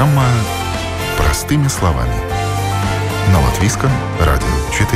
Программа «Простыми словами» на Латвийском радио 4.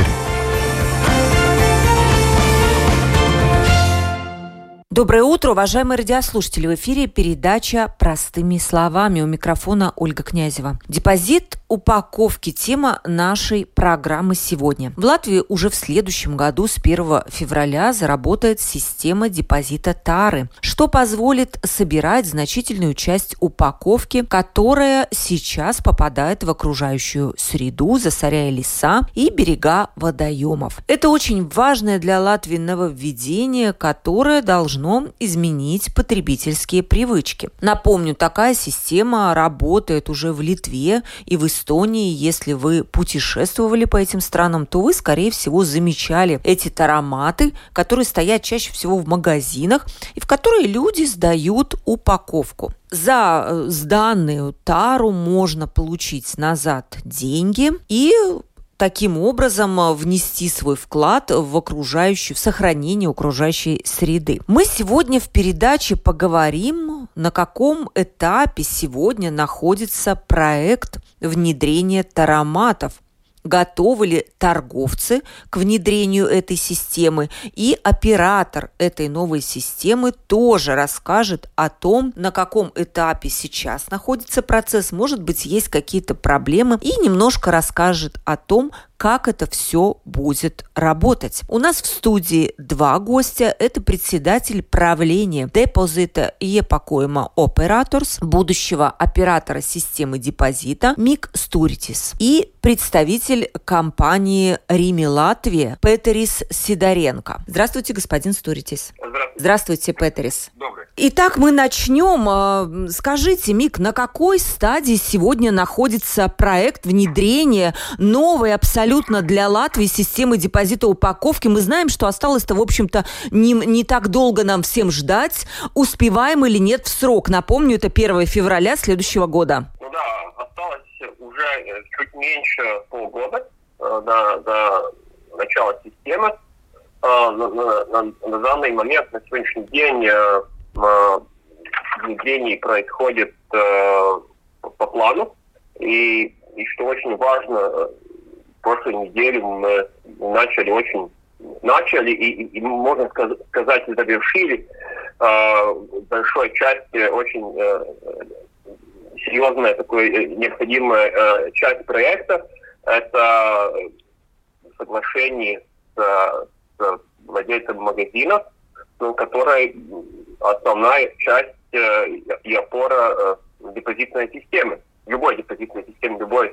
Доброе утро, уважаемые радиослушатели. В эфире передача «Простыми словами». У микрофона Ольга Князева. Депозит упаковки – тема нашей программы сегодня. В Латвии уже в следующем году с 1 февраля заработает система депозита Тары, что позволит собирать значительную часть упаковки, которая сейчас попадает в окружающую среду, засоряя леса и берега водоемов. Это очень важное для Латвии нововведение, которое должно изменить потребительские привычки. Напомню, такая система работает уже в Литве и в Эстонии. Если вы путешествовали по этим странам, то вы, скорее всего, замечали эти тароматы, которые стоят чаще всего в магазинах и в которые люди сдают упаковку. За сданную тару можно получить назад деньги и таким образом внести свой вклад в сохранение окружающей среды. Мы сегодня в передаче поговорим, на каком этапе сегодня находится проект внедрения тароматов. Готовы ли торговцы к внедрению этой системы, и оператор этой новой системы тоже расскажет о том, на каком этапе сейчас находится процесс, может быть, есть какие-то проблемы, и немножко расскажет о том, как это все будет работать. У нас в студии два гостя. Это председатель правления депозита Iepakojuma Operators, будущего оператора системы депозита Мик Стуритис, и представитель компании Rimi Latvija Петерис Сидоренко. Здравствуйте, господин Стуритис. Здравствуйте, Петерис. Добрый. Итак, мы начнем. Скажите, Мик, на какой стадии сегодня находится проект внедрения новой абсолютно для Латвии системы депозита упаковки? Мы знаем, что осталось-то, в общем-то, не так долго нам всем ждать. Успеваем или нет в срок? Напомню, это 1 февраля следующего года. Ну да, осталось уже чуть меньше полгода до начала системы. На данный момент, на сегодняшний день, внедрение происходит по плану. И что очень важно, в прошлой неделе мы начали и можно сказать, завершили в большой части очень серьезная такая необходимая часть проекта. Это соглашение с владельцем магазина, которая основная часть и опора депозитной системы. Любой депозитной системы, любой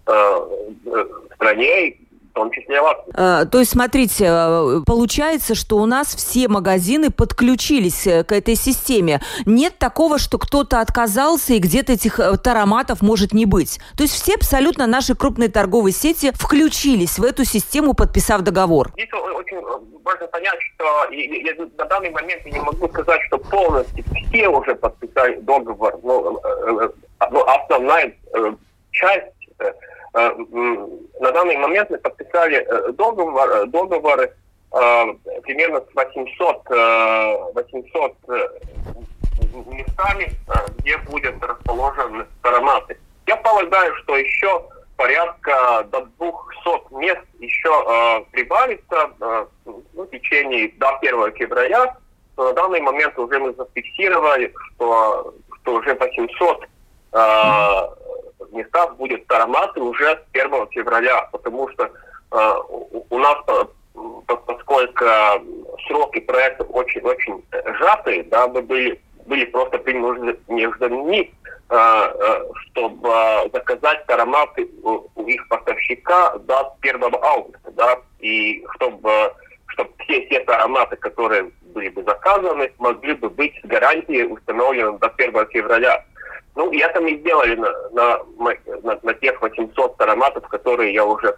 стране, в том числе Латвии. То есть, смотрите, получается, что у нас все магазины подключились к этой системе. Нет такого, что кто-то отказался и где-то этих тароматов может не быть. То есть все абсолютно наши крупные торговые сети включились в эту систему, подписав договор. Здесь очень важно понять, что я на данный момент я не могу сказать, что полностью все уже подписали договор. Основная часть. На данный момент мы подписали договоры примерно с 800 местами, где будут расположены тароматы. Я полагаю, что еще порядка до 200 мест еще прибавится в течение до 1 февраля. Но на данный момент уже мы зафиксировали, что уже 800 местах будет тароматы уже с 1 февраля, потому что у нас, поскольку сроки проекта очень сжатые, да, мы были просто принуждены, чтобы заказать тароматы у их поставщика до 1 августа, да, и чтобы все тароматы, которые были бы заказаны, могли бы быть с гарантией установлены до 1 февраля. Ну, и это мы сделали на тех 800 тароматов, которые я уже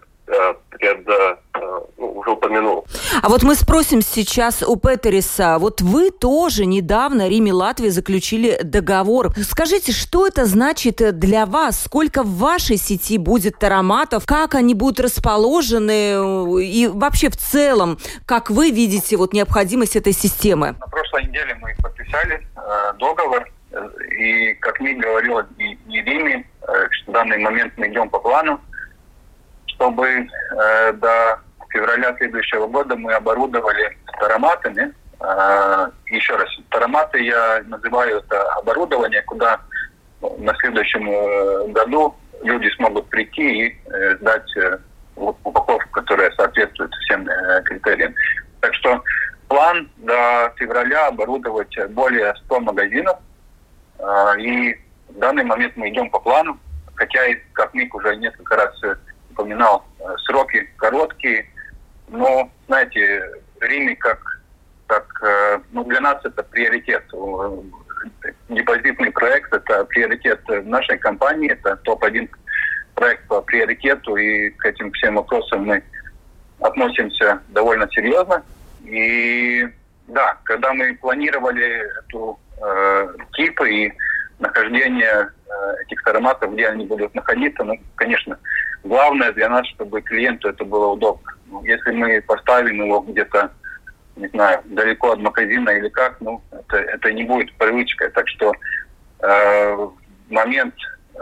уже упомянул. А вот мы спросим сейчас у Петериса. Вот вы тоже недавно Rimi Latvija заключили договор. Скажите, что это значит для вас? Сколько в вашей сети будет тароматов? Как они будут расположены? И вообще в целом, как вы видите необходимость этой системы? На прошлой неделе мы подписали договор. И, как мне говорила и Rimi, в данный момент мы идем по плану, чтобы до февраля следующего года мы оборудовали тароматами. Еще раз, тароматы я называю это оборудование, куда на следующем году люди смогут прийти и сдать упаковку, которая соответствует всем критериям. Так что план до февраля оборудовать более 100 магазинов. И в данный момент мы идем по плану. Хотя, как Мик уже несколько раз упоминал, сроки короткие. Но, знаете, Риме для нас это приоритет. Депозитный проект – это приоритет нашей компании, это топ-1 проект по приоритету, и к этим всем вопросам мы относимся довольно серьезно. И да, когда мы планировали эту типы и нахождение этих тароматов, где они будут находиться, конечно, главное для нас, чтобы клиенту это было удобно. Если мы поставим его где-то, не знаю, далеко от магазина или как, это не будет привычкой. Так что момент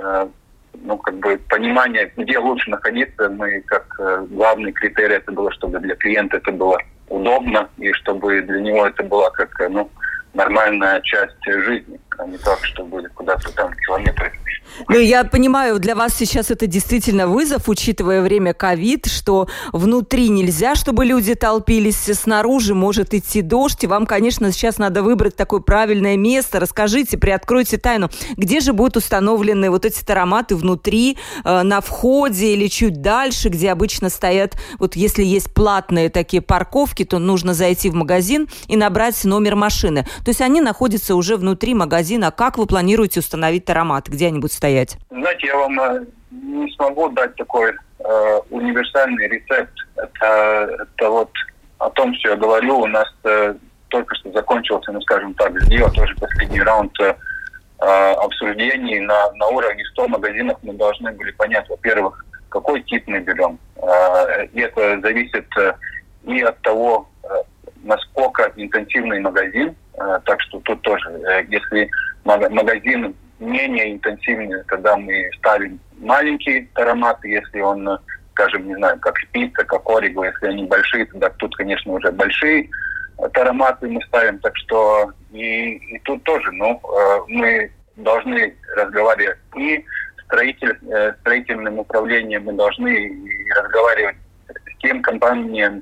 понимания, где лучше находиться, мы как главный критерий это было, чтобы для клиента это было удобно и чтобы для него это была как нормальная часть жизни, а не так, чтобы куда-то там километры. Я понимаю, для вас сейчас это действительно вызов, учитывая время ковид, что внутри нельзя, чтобы люди толпились, снаружи может идти дождь, и вам, конечно, сейчас надо выбрать такое правильное место. Расскажите, приоткройте тайну, где же будут установлены вот эти тароматы внутри, на входе или чуть дальше, где обычно стоят, вот если есть платные такие парковки, то нужно зайти в магазин и набрать номер машины. То есть они находятся уже внутри магазина. Как вы планируете установить тароматы? Где они будут стоять? Знаете, я вам не смогу дать такой универсальный рецепт. Это вот о том, что я говорю. У нас только что закончился, скажем так, тоже последний раунд обсуждений на уровне 100 магазинов. Мы должны были понять, во-первых, какой тип мы берем. И это зависит и от того, насколько интенсивный магазин. Так что тут тоже, если магазин менее интенсивный, тогда мы ставим маленькие тароматы. Если он, скажем, не знаю, как Шпица, как Ориго, если они большие, тогда тут, конечно, уже большие тароматы мы ставим. Так что и тут тоже, мы должны разговаривать и строительным управлением, мы должны разговаривать с тем компаниям,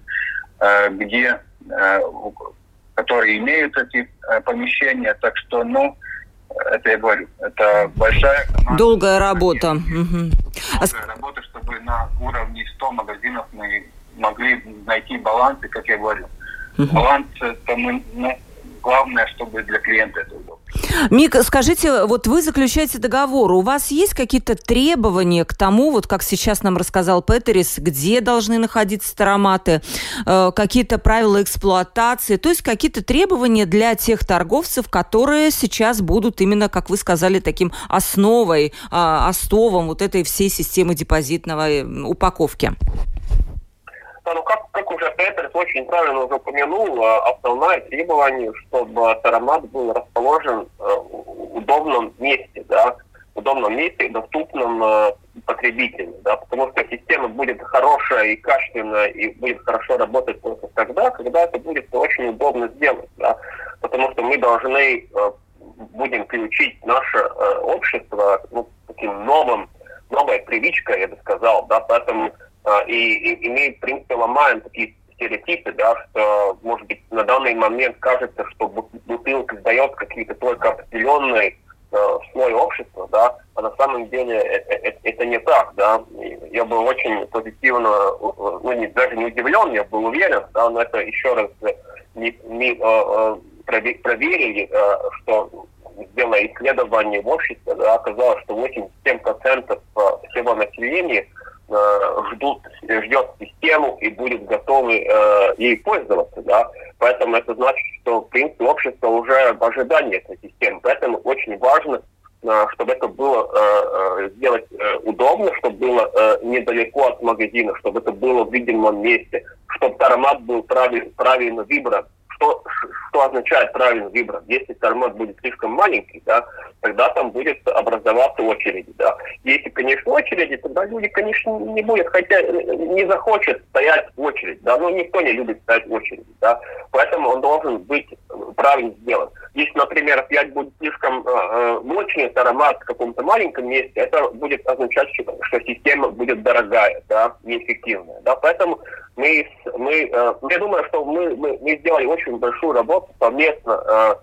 которые имеют эти помещения. Так что, это я говорю, это большая команда. Долгая работа. Долгая работа, чтобы на уровне 100 магазинов мы могли найти баланс, и, как я говорю, баланс это главное, чтобы для клиента это удобно. Мик, скажите, вот вы заключаете договор, у вас есть какие-то требования к тому, вот как сейчас нам рассказал Петерис, где должны находиться тароматы, какие-то правила эксплуатации, то есть какие-то требования для тех торговцев, которые сейчас будут именно, как вы сказали, таким остовом вот этой всей системы депозитной упаковки? Как уже Петерс очень правильно уже упомянул, основное требование, чтобы таромат был расположен в удобном месте, и доступном потребителю, потому что система будет хорошая и качественная, и будет хорошо работать только тогда, когда это будет очень удобно сделать, потому что мы должны будем приучить наше общество таким новой привычкой, я бы сказал, поэтому и мы, в принципе, ломаем такие стереотипы, что, может быть, на данный момент кажется, что бутылка сдает какие-то только определенный слой общества, а на самом деле это не так, Я был очень позитивно, даже не удивлен, я был уверен, но это еще раз проверили, что сделали исследование в обществе, оказалось, что 87% всего населения ждет систему и будет готовы ей пользоваться, Поэтому это значит, что, в принципе, общество уже в ожидании этой системы. Поэтому очень важно, чтобы это было сделать удобно, чтобы было недалеко от магазина, чтобы это было в видимом месте, чтобы таромат был правильно выбран. Что означает правильно выбран? Если таромат будет слишком маленький, тогда там будет образоваться очередь, да. Если, конечно, очереди, тогда люди, конечно, не будут, хотя не захочет стоять в очередь, да, но никто не любит стоять в очереди, да, поэтому он должен быть правильно сделан. Если, например, опять будет слишком мощный аромат в каком-то маленьком месте, это будет означать, что система будет дорогая, да, неэффективная, да, поэтому я думаю, что мы сделали очень большую работу совместно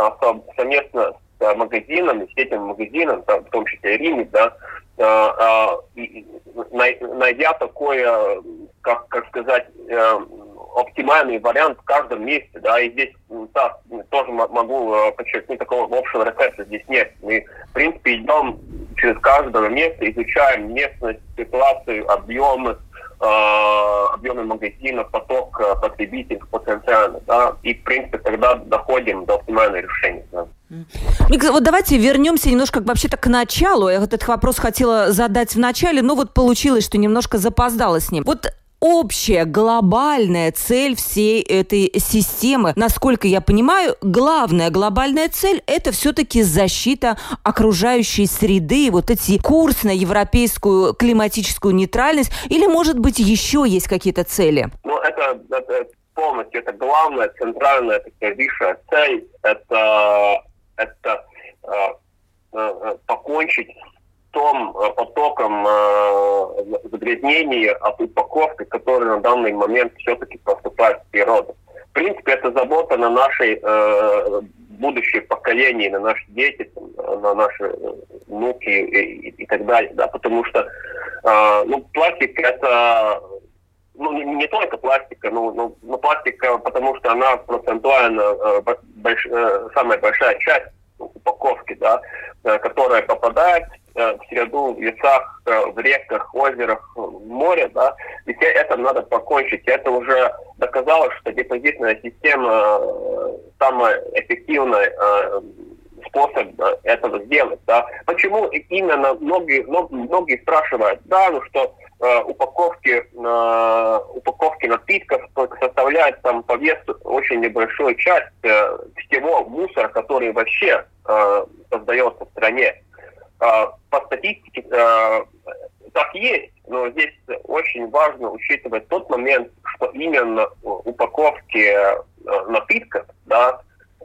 с магазинами, с этим магазином, в том числе Риме, да, найдя такое, как сказать, оптимальный вариант в каждом месте, да, и здесь тоже могу подчеркнуть, такого общего рецепта здесь нет. Мы, в принципе, идем через каждое место, изучаем местность, ситуацию, объемы магазинов, поток потребителей потенциально, да, и, в принципе, тогда доходим до оптимального решения, да. Вот давайте вернемся немножко вообще-то к началу. Я вот этот вопрос хотела задать в начале, но вот получилось, что немножко запоздала с ним. Вот общая глобальная цель всей этой системы, насколько я понимаю, главная глобальная цель – это все-таки защита окружающей среды, вот эти курс на европейскую климатическую нейтральность, или, может быть, еще есть какие-то цели? Ну, это полностью, это главная, центральная, такая высшая цель, это покончить с том потоком загрязнения от упаковки, который на данный момент все-таки поступает в природу. В принципе, это забота на наши будущее поколение, на наши дети, на наши внуки и так далее, да, потому что пластик это не только пластика, но пластика, потому что она процентуально самая большая часть упаковки, да, которая попадает в среду, в лесах, в реках, озерах, в море, да, и все это надо покончить. Это уже доказало, что депозитная система самый эффективный способ этого сделать, да. Почему именно многие спрашивают, да, что упаковки напитков составляют там по весу очень небольшую часть всего мусора, который вообще создается в стране. По статистике так есть, но здесь очень важно учитывать тот момент, что именно упаковки напитков, да,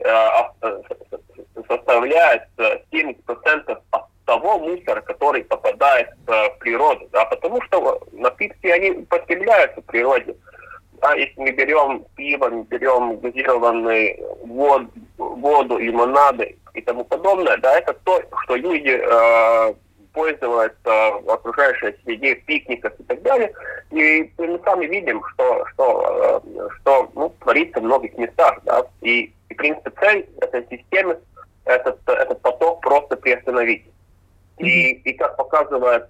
составляют 70% от того мусора, который попадает в природу, да, потому что напитки, они потребляются в природе. Да, если мы берем пиво, мы берем газированную воду, лимонады и тому подобное, да, это то, что люди пользуются в окружающей среде, в пикниках и так далее. И мы сами видим, что творится в многих местах, да, и в принципе цель этой системы этот поток просто приостановить. И как показывает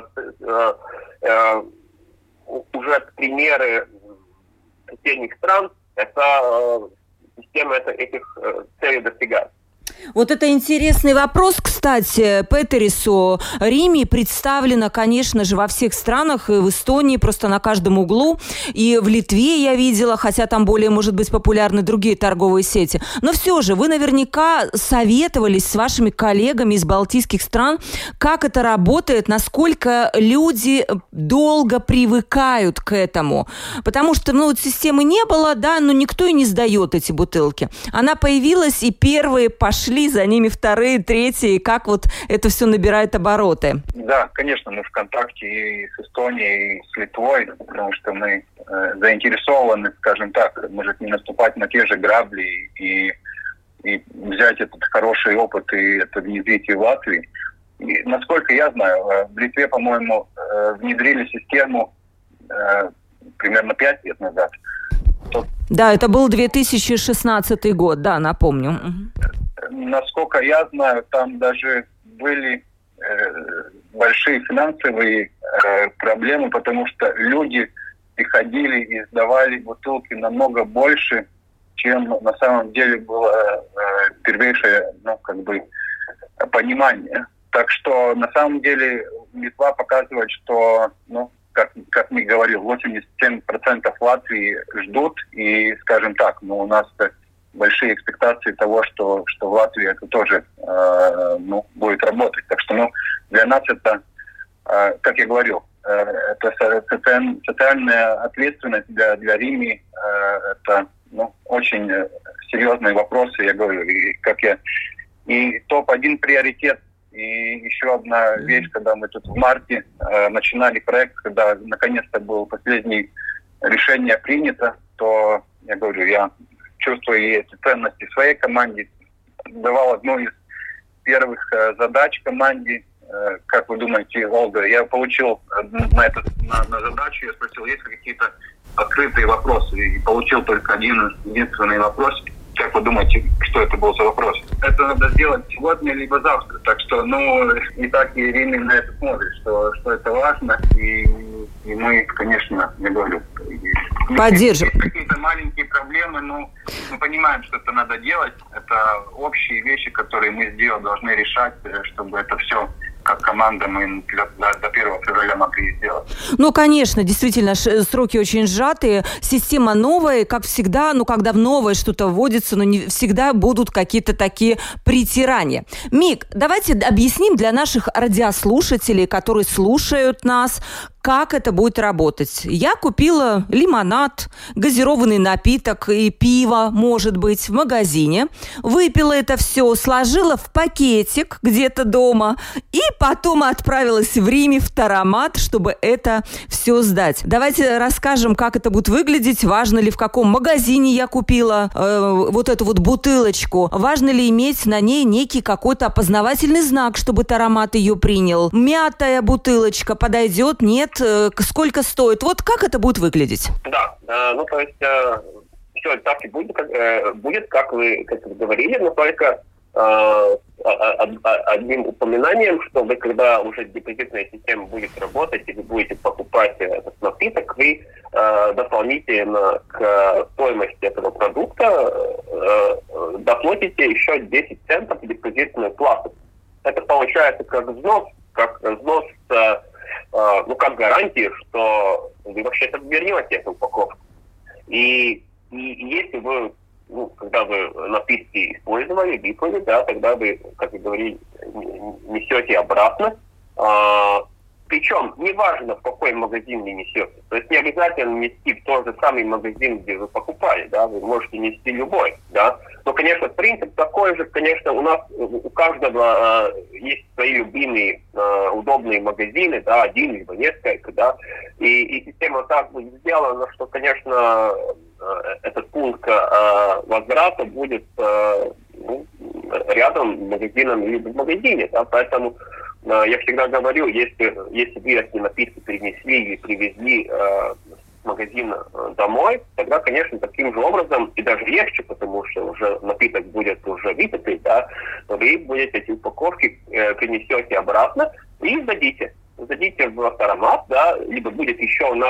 уже примеры соседних стран, это система этих целей достигает. Вот это интересный вопрос, кстати, Петерису. Риме представлено, конечно же, во всех странах, и в Эстонии просто на каждом углу, и в Литве я видела, хотя там более, может быть, популярны другие торговые сети. Но все же вы наверняка советовались с вашими коллегами из балтийских стран, как это работает, насколько люди долго привыкают к этому. Потому что, системы не было, да, но никто и не сдает эти бутылки. Она появилась, и первые пошли, за ними вторые, третьи, как вот это все набирает обороты? Да, конечно, мы в контакте и с Эстонией, и с Литвой, потому что мы заинтересованы, скажем так, может, не наступать на те же грабли и взять этот хороший опыт и это внедрить и в Латвии. И, насколько я знаю, в Литве, по-моему, внедрили систему примерно 5 лет назад. Да, это был 2016 год, да, напомню. Насколько я знаю, там даже были большие финансовые проблемы, потому что люди приходили и сдавали бутылки намного больше, чем на самом деле было первейшее, понимание. Так что на самом деле Литва показывает, что, как мы говорили, 87% Латвии ждут, и, скажем так, у нас большие экспектации того, что в Латвии это тоже будет работать. Так что для нас это, как я говорил, это социальная ответственность для Риги. Это очень серьезные вопросы, я говорю. И топ-1 приоритет. И еще одна вещь, когда мы тут в марте начинали проект, когда наконец-то было последнее решение принято, то, я говорю, я чувствую эти ценности в своей команде. Давал одну из первых задач команде. Как вы думаете, Ольга, я получил на задачу, я спросил, есть ли какие-то открытые вопросы, и получил только единственный вопрос. Как вы думаете, что это был за вопрос? Это надо сделать сегодня либо завтра. Так что, и так и Ирина на это смотрит, что это важно. И мы, конечно, я говорю, поддержим. Какие-то маленькие проблемы, мы понимаем, что это надо делать. Это общие вещи, которые мы должны решать, чтобы это все как команда мы до 1 февраля могли сделать. Конечно, действительно, сроки очень сжатые, система новая, как всегда, когда в новое что-то вводится, но не всегда будут какие-то такие притирания. Мик, давайте объясним для наших радиослушателей, которые слушают нас, как это будет работать. Я купила лимонад, газированный напиток и пиво, может быть, в магазине. Выпила это все, сложила в пакетик где-то дома и потом отправилась в Риме в Таромат, чтобы это все сдать. Давайте расскажем, как это будет выглядеть. Важно ли, в каком магазине я купила вот эту вот бутылочку. Важно ли иметь на ней некий какой-то опознавательный знак, чтобы Таромат ее принял. Мятая бутылочка подойдет, нет? Сколько стоит? Вот как это будет выглядеть? Да, то есть все так и будет, как вы говорили, но только одним упоминанием, что вы, когда уже депозитная система будет работать и вы будете покупать этот напиток, вы дополнительно к стоимости этого продукта доплатите еще 10 центов депозитную плату. Это получается как взнос как гарантия, что вы вообще-то вернете эту упаковку. И если вы, когда вы напитки использовали, выпили, тогда вы, как вы говорили, несете обратно. Причем неважно, в какой магазин вы несете. То есть не обязательно нести в тот же самый магазин, где вы покупали, вы можете нести любой, Но, конечно, принцип такой же, конечно, у каждого есть свои любимые удобные магазины, один либо несколько, и система так будет сделана, что, конечно, этот пункт возврата будет рядом с магазином либо в магазине, поэтому я всегда говорю, если вы эти напитки принесли или привезли с магазина домой, тогда, конечно, таким же образом, и даже легче, потому что уже напиток будет уже выпитый, вы будете эти упаковки принесете обратно и сдадите. Сдадите в Таромат, либо будет еще у нас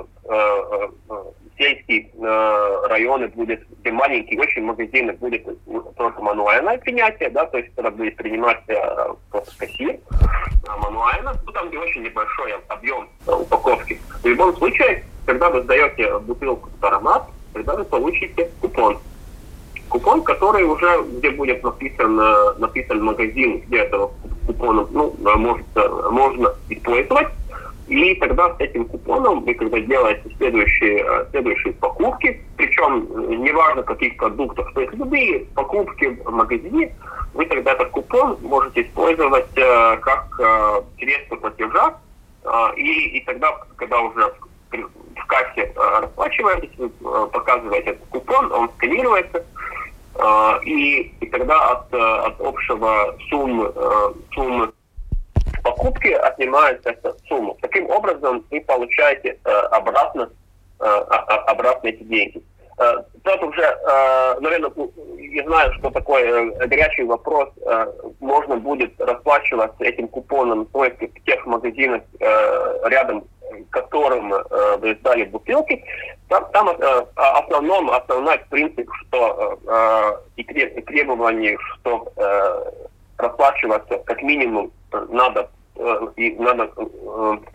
сельские районы, будет, где маленькие очень магазины, будет только мануальное принятие, то есть это будет принимать просто кассир мануально, там где очень небольшой объем упаковки. В любом случае, когда вы сдаете бутылку в Таромат, тогда вы получите купон. Купон, который уже, где будет написан магазин, где этого купона можно использовать. И тогда с этим купоном вы, когда делаете следующие покупки, причем неважно каких продуктов, то есть любые покупки в магазине, вы тогда этот купон можете использовать как средство платежа, и тогда, когда уже в кассе расплачиваетесь, вы показываете этот купон, он сканируется, и тогда от общего суммы покупки отнимается эта сумма. Таким образом вы получаете обратно эти деньги. Тут уже, наверное, я знаю, что такой горячий вопрос, можно будет расплачиваться этим купоном только в тех магазинах, рядом к которым вы сдали бутылки. Там основной принцип, что и требование, что расплачиваться как минимум надо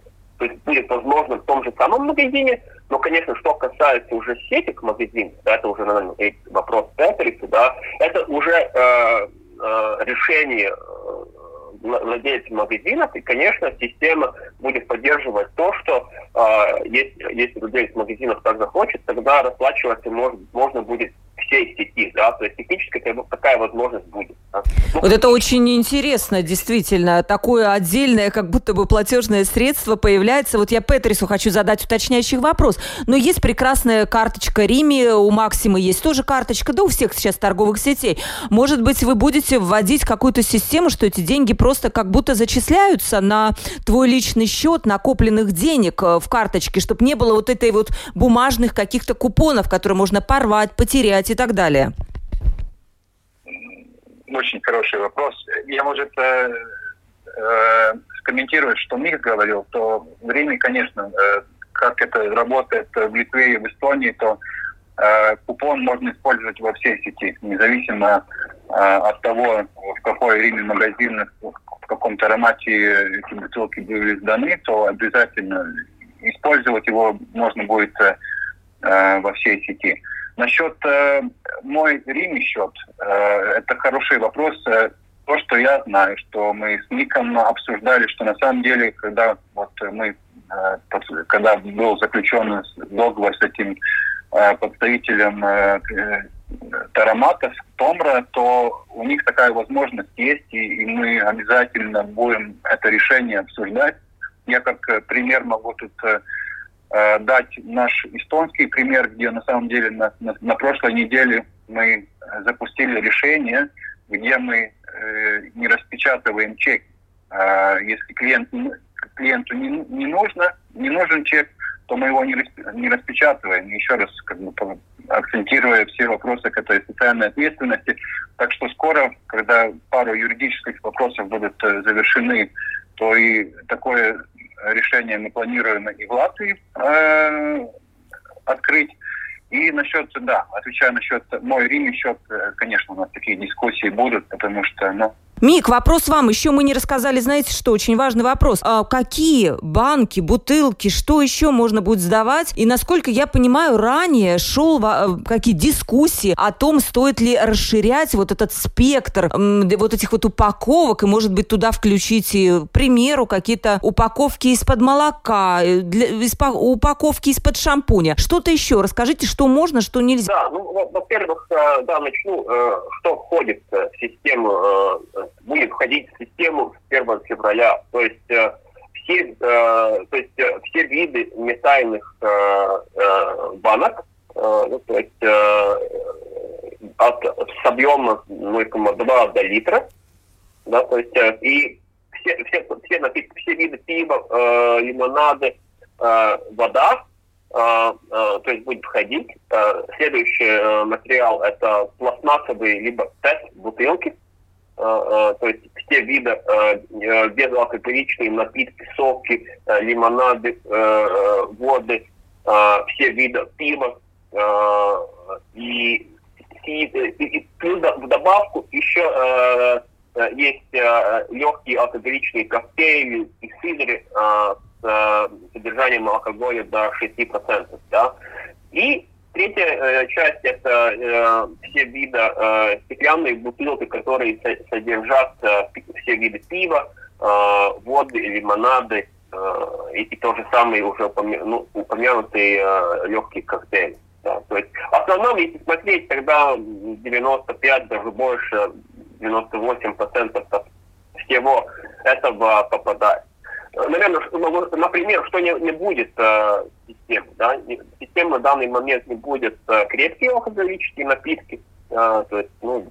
то есть будет возможно в том же самом магазине, но, конечно, что касается уже сетевых магазинов, да, это уже, наверное, вопрос Петриса, да, это уже решение владельцев магазинов, и, конечно, система будет поддерживать то, что если владелец магазинов так захочет, тогда расплачиваться можно будет всей сети, да, то есть технически такая возможность будет. Да. Вот это очень интересно, действительно, такое отдельное, как будто бы платежное средство появляется. Вот я Петрису хочу задать уточняющий вопрос. Но есть прекрасная карточка Риме, у Максима есть тоже карточка, да у всех сейчас торговых сетей. Может быть, вы будете вводить какую-то систему, что эти деньги просто как будто зачисляются на твой личный счет, накопленных денег в карточке, чтобы не было вот этой вот бумажных каких-то купонов, которые можно порвать, потерять и так далее? Очень хороший вопрос. Я, может, скомментирую, что Мих говорил, то в Риме, конечно, как это работает в Литве и в Эстонии, то купон можно использовать во всей сети, независимо от того, в какой Риме магазин, в каком таромате эти бутылки были сданы, то обязательно использовать его можно будет во всей сети. Насчет мой Риме счет, это хороший вопрос. То, что я знаю, что мы с Ником обсуждали, что на самом деле, когда был заключен договор с этим представителем тароматов Томра, то у них такая возможность есть, и мы обязательно будем это решение обсуждать. Я как пример могу тут дать наш эстонский пример, где на самом деле на прошлой неделе мы запустили решение, где мы не распечатываем чек. Если клиенту не нужен чек, то мы его не распечатываем. Еще раз акцентируя все вопросы к этой социальной ответственности. Так что скоро, когда пару юридических вопросов будут завершены, то и такое решение мы планируем и в Латвии открыть. И отвечая насчет мой Риме счет, конечно, у нас такие дискуссии будут, потому что, Мик, вопрос вам. Еще мы не рассказали, знаете что, очень важный вопрос. Какие банки, бутылки, что еще можно будет сдавать? И, насколько я понимаю, ранее шел какие дискуссии о том, стоит ли расширять вот этот спектр вот этих вот упаковок, и, может быть, туда включить, к примеру, какие-то упаковки из-под молока, упаковки из-под шампуня. Что-то еще. Расскажите, что можно, что нельзя. Да, во-первых, начну, что входит в систему, будет входить в систему с 1 февраля. То есть все виды метальных банок, с объемом 0,2 до литра, да, то есть и все напитки, все виды пива, лимонады, вода, то есть будет входить. Следующий материал — это пластмассовые либо ПЭТ-бутылки. То есть все виды безалкоголичные напитки, соки, лимонады, воды, все виды пива. И плюс в добавку еще есть легкие алкоголичные коктейли и сидры с содержанием алкоголя до 6%. Да? И третья часть — это все виды стеклянные бутылки, которые содержат все виды пива, воды, лимонады и то же самое уже упомянутые легкие коктейли. Да. То есть в основном, если смотреть, тогда 95, даже больше, 98% от всего этого попадает. Наверное, например, что не будет системы, да? Система в данный момент не будет крепкие алкоголические напитки, то есть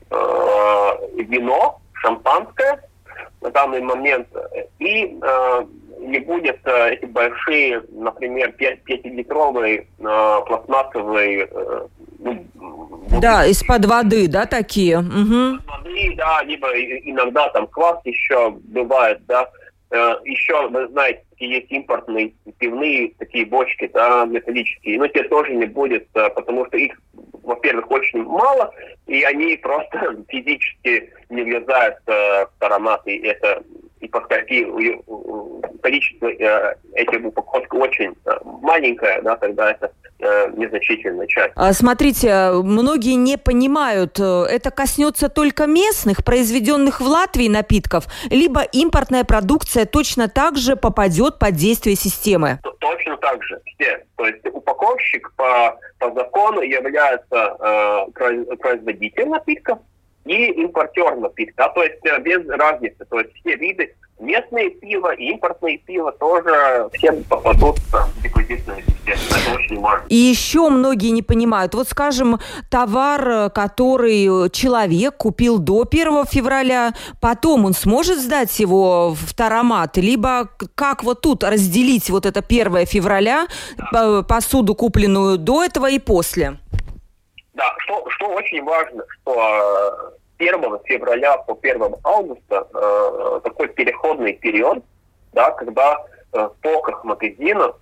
вино, шампанское на данный момент, и не будет эти большие, например, 5-литровые пластмассовые да, из-под воды, да, такие? Угу. Из-под воды, да, либо иногда там квас еще бывает, да. Еще, вы знаете, есть импортные пивные такие бочки, да, металлические, но те тоже не будет, потому что их, во-первых, очень мало, и они просто физически не влезают в аромат, и поскольку количество этих упаковок очень маленькое, да, тогда это незначительная часть. Смотрите, многие не понимают, это коснется только местных, произведенных в Латвии напитков, либо импортная продукция точно так же попадет под действие системы? Точно так же. Все. То есть упаковщик по закону является производителем напитков и импортер напитка. То есть без разницы. То есть все виды, местные пиво и импортные пиво тоже все попадут в депозитную систему. Это очень важно. И еще многие не понимают. Вот, скажем, товар, который человек купил до 1 февраля, потом он сможет сдать его в таромат? Либо как вот тут разделить вот это 1 февраля, посуду, купленную до этого и после? Да, что очень важно, что 1 февраля по 1 августа такой переходный период, да, когда в полках магазина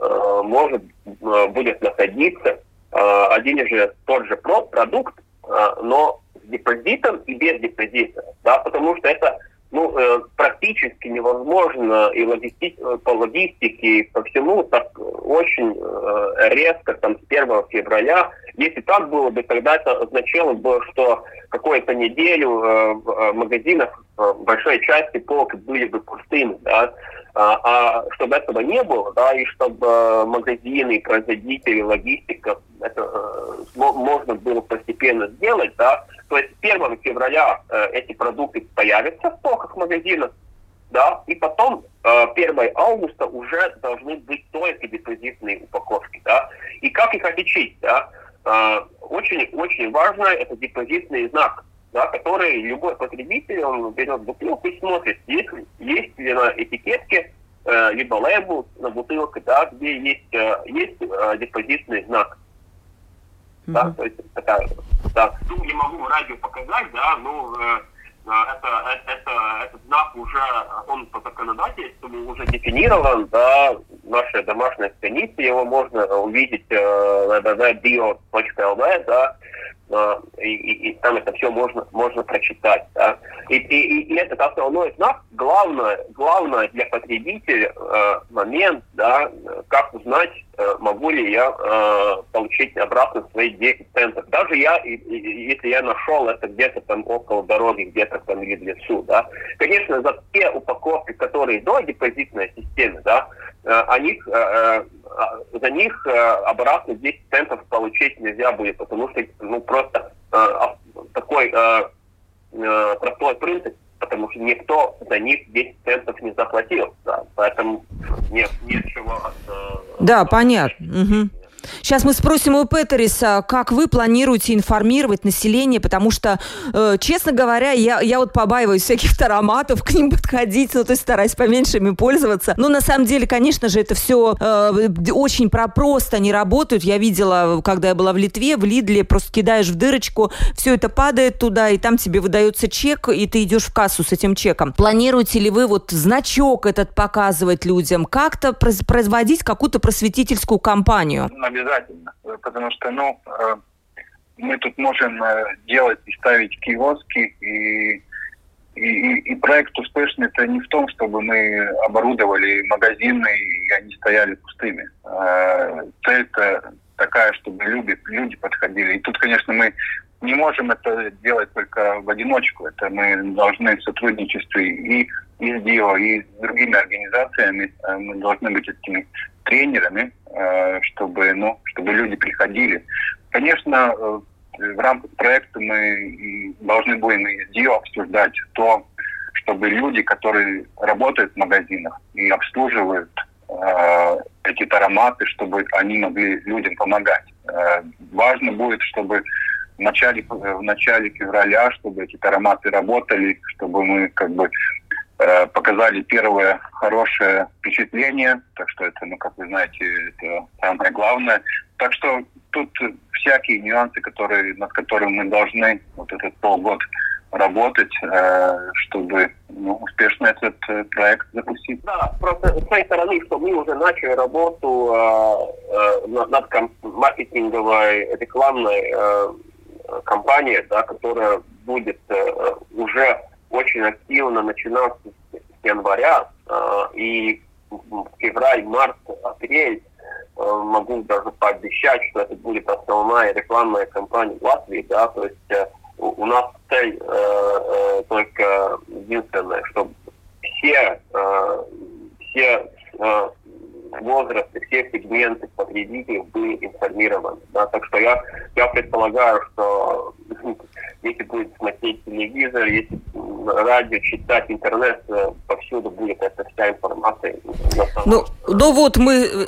будет находиться один и же тот же продукт, но с депозитом и без депозита, да, потому что это практически невозможно и по логистике, и по всему так очень резко там с 1 февраля. Если так было бы, тогда это означало бы, что какую-то неделю в магазинах в большой части полок были бы пустыми, да. А чтобы этого не было, да, и чтобы магазины, производители, логистика, это можно было постепенно сделать, да, то есть 1 февраля эти продукты появятся в полках магазинов, да, и потом 1 августа уже должны быть только депозитные упаковки, да, и как их отличить, да, очень важно это депозитный знак, да, который любой потребитель, он берет бутылку и смотрит, есть ли на этикетке либо лейбл на бутылке, да, где есть депозитный знак. Да, то есть такая, да. Не могу в радио показать, да, но этот знак уже, он по законодательству уже дефинирован, да, в нашей домашней странице, его можно увидеть на www.bio.lv, да, и там это все можно прочитать, да. И этот основной знак, главное для потребителя момент, да, как узнать, могу ли я получить обратно свои 10 центов. Даже если я нашел это где-то там около дороги, где-то там или в лесу, да. Конечно, за те упаковки, которые до депозитной системы, да, за них обратно 10 центов получить нельзя будет, потому что, просто такой простой принцип, потому что никто за них 10 центов не заплатил, да, поэтому нет чего Да, понятно. Угу. Сейчас мы спросим у Петериса, как вы планируете информировать население, потому что, честно говоря, я вот побаиваюсь всяких тароматов, к ним подходить, то есть стараюсь поменьше ими пользоваться. Но на самом деле, конечно же, это все очень просто не работают. Я видела, когда я была в Литве, в Лидле, просто кидаешь в дырочку, все это падает туда, и там тебе выдается чек, и ты идешь в кассу с этим чеком. Планируете ли вы вот значок этот показывать людям, как-то производить какую-то просветительскую кампанию? Обязательно, потому что, мы тут можем делать и ставить киоски, и проект успешный это не в том, чтобы мы оборудовали магазины, и они стояли пустыми. Цель-то такая, чтобы люди подходили. И тут, конечно, мы не можем это делать только в одиночку. Это мы должны в сотрудничестве и с ДИО, и с другими организациями. Мы должны быть этими тренерами, чтобы люди приходили. Конечно, в рамках проекта мы должны будем и с ДИО обсуждать то, чтобы люди, которые работают в магазинах и обслуживают эти тароматы, чтобы они могли людям помогать. Важно будет, чтобы в начале февраля, чтобы эти тароматы работали, чтобы мы показали первое хорошее впечатление. Так что это, как вы знаете, это самое главное. Так что тут всякие нюансы, над которыми мы должны вот этот полгода работать, чтобы успешно этот проект запустить. Да, просто с своей стороны, что мы уже начали работу над маркетинговой рекламной кампанией, да, которая будет уже очень активно начинаться с января, и февраль, март, апрель. Могу даже пообещать, что это будет основная рекламная кампания в Латвии, да, то есть у нас цель только единственная, чтобы все возрасты, все сегменты потребителей были информированы, да, так что я предполагаю, что если будет смотреть телевизор, если радио, читать интернет, повсюду будет эта вся информация. Ну вот мы...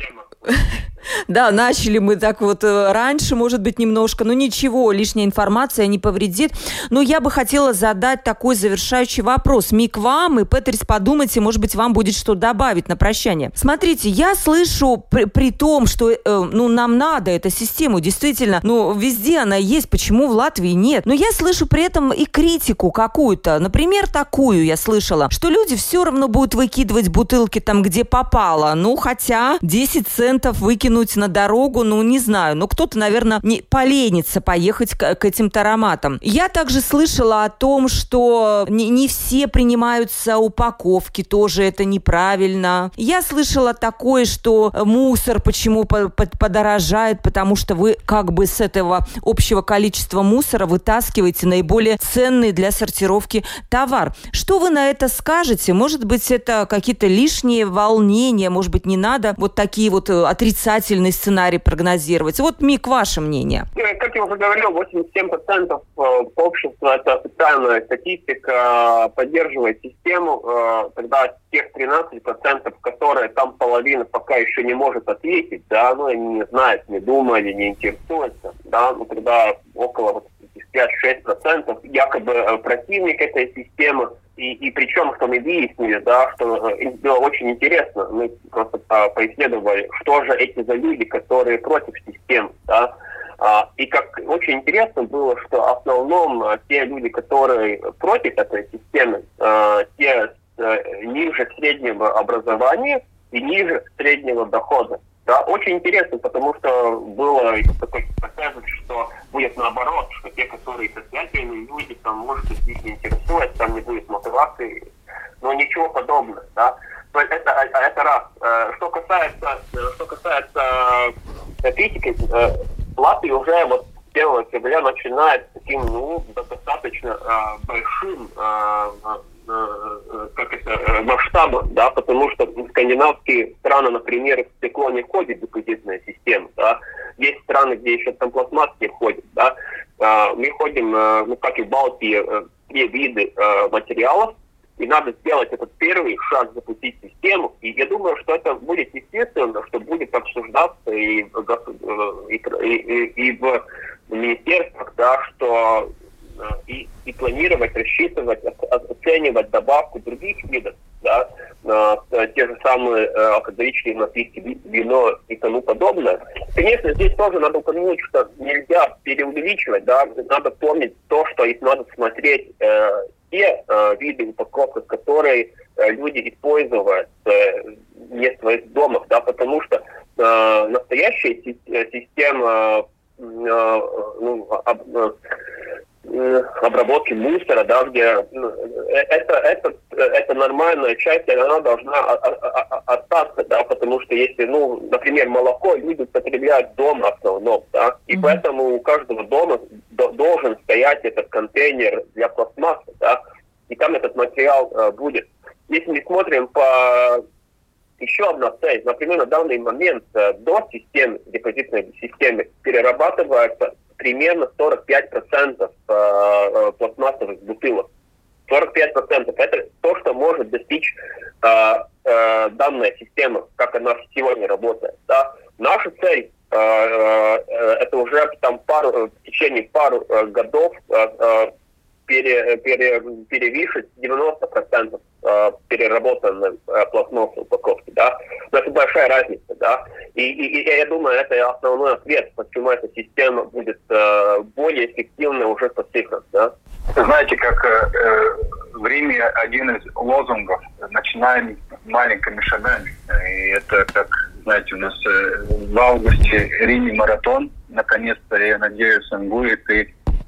Да, начали мы так вот раньше, может быть, немножко, но ничего, лишняя информация не повредит. Но я бы хотела задать такой завершающий вопрос. Мик, вам, и Петерс, подумайте, может быть, вам будет что добавить на прощание. Смотрите, я слышу при том, что нам надо эту систему, действительно, везде она есть, почему в Латвии нет? Но я слышу при этом и критику какую-то. Например, такую я слышала, что люди все равно будут выкидывать бутылки там, где попало. Хотя 10 центов выкинуть на дорогу, не знаю. Кто-то, наверное, не поленится поехать к этим тароматам. Я также слышала о том, что не все принимаются упаковки, тоже это неправильно. Я слышала такое, что мусор почему подорожает, потому что вы как бы с этого общего количества мусора вытаскиваете наиболее ценный для сортировки товар. Что вы на это скажете? Может быть, это какие-то лишние волнения, может быть, не надо вот такие вот отрицательные сценарий прогнозировать. Вот, Мик, ваше мнение. Как я уже говорил, 87% общества, это официальная статистика, поддерживает систему, тогда тех 13%, которые там половина пока еще не может ответить, да, они не знают, не думали, не интересуются, да, тогда около 5-6% якобы противник этой системы. И причем, что мы выяснили, да, что им было очень интересно, мы просто поисследовали, что же эти за люди, которые против системы, да. И как очень интересно было, что в основном те люди, которые против этой системы, те ниже среднего образования и ниже среднего дохода. Да, очень интересно, потому что было такой показатель, что будет наоборот, что те, которые состоятельные люди, там, может быть, их не интересует, там не будет мотивации, но ничего подобного, да. Это раз. Что касается критики, Латвия уже вот 1 февраля начинает таким, достаточно большим масштабом, да, потому что скандинавские страны, например, в стекло не входит депозитная система, да. Есть страны, где еще там пластмасс не входит, да. Мы ходим, как и в Балтии, 3 виды материалов, и надо сделать этот первый шаг, запустить систему. И я думаю, что это будет естественно, что будет обсуждаться и в министерствах, да, что и планировать, рассчитывать, оценивать добавку других видов, да, те же самые алкоголичные напитки, вино и тому подобное. Конечно, здесь тоже надо упомянуть, что нельзя преувеличивать, да, надо помнить то, что их надо смотреть те виды упаковок, которые люди используют не в своих домах, да, потому что настоящая система обработки мусора, да, где это нормальная часть, и она должна остаться, да, потому что если, например, молоко люди потребляют дома в основном, да, и поэтому у каждого дома должен стоять этот контейнер для пластмассы, да, и там этот материал будет. Если мы смотрим по еще одна цель, например, на данный момент до системы, депозитной системы, перерабатывается примерно 45% пластмассовых бутылок. 45% это то, что может достичь данная система, как она сегодня работает. Да? Наша цель это уже там в течение пару годов перевешивать 90% переработанной пластмассовой упаковки, да. Но это большая разница, да. И я думаю, это основной ответ, почему эта система будет более эффективна уже по цифрам, да. Знаете, как в Риме один из лозунгов «Начинаем маленькими шагами». И это, как, знаете, у нас в августе в Риме маратон. Наконец-то, я надеюсь, он будет. И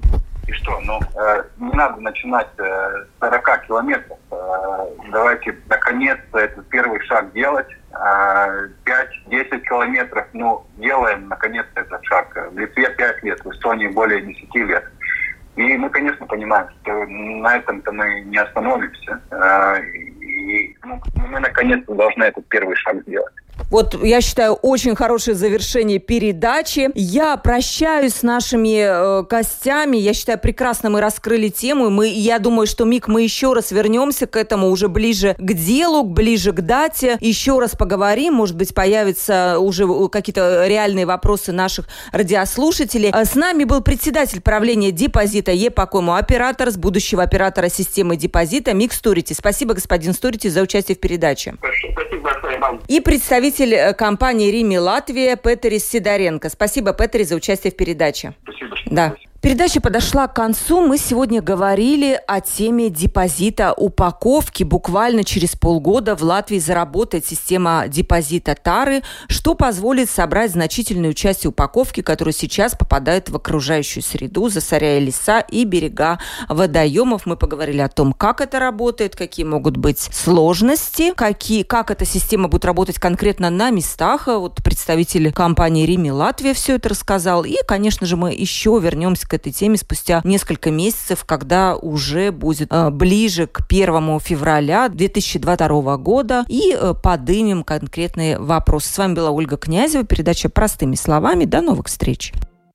И что? Не надо начинать с 40 километров. Давайте, наконец-то, этот первый шаг делать. 5-10 километров, делаем, наконец-то, этот шаг. В Литве 5 лет, в Эстонии более 10 лет. И мы, конечно, понимаем, что на этом-то мы не остановимся. И мы, наконец-то, должны этот первый шаг сделать. Вот, я считаю, очень хорошее завершение передачи. Я прощаюсь с нашими гостями. Я считаю, прекрасно мы раскрыли тему. Я думаю, что, Мик, мы еще раз вернемся к этому уже ближе к делу, ближе к дате. Еще раз поговорим. Может быть, появятся уже какие-то реальные вопросы наших радиослушателей. С нами был председатель правления депозита ЕПАКому, оператор с будущего оператора системы депозита Мик Стурити. Спасибо, господин Стурити, за участие в передаче. Спасибо большое вам. И представитель компании «Рими Латвия» Петерис Сидоренко. Спасибо, Петерис, за участие в передаче. Спасибо. Да. Передача подошла к концу. Мы сегодня говорили о теме депозита упаковки. Буквально через полгода в Латвии заработает система депозита Тары, что позволит собрать значительную часть упаковки, которая сейчас попадает в окружающую среду, засоряя леса и берега водоемов. Мы поговорили о том, как это работает, какие могут быть сложности, как эта система будет работать конкретно на местах. Вот представитель компании «Рими Латвия» все это рассказал. И, конечно же, мы еще вернемся к этой теме спустя несколько месяцев, когда уже будет ближе к 1 февраля 2022 года и поднимем конкретные вопросы. С вами была Ольга Князева, передача «Простыми словами». До новых встреч.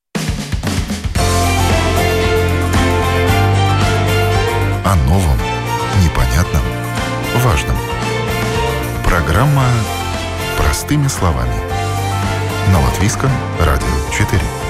О новом, непонятном, важном. Программа «Простыми словами» на Латвийском радио 4.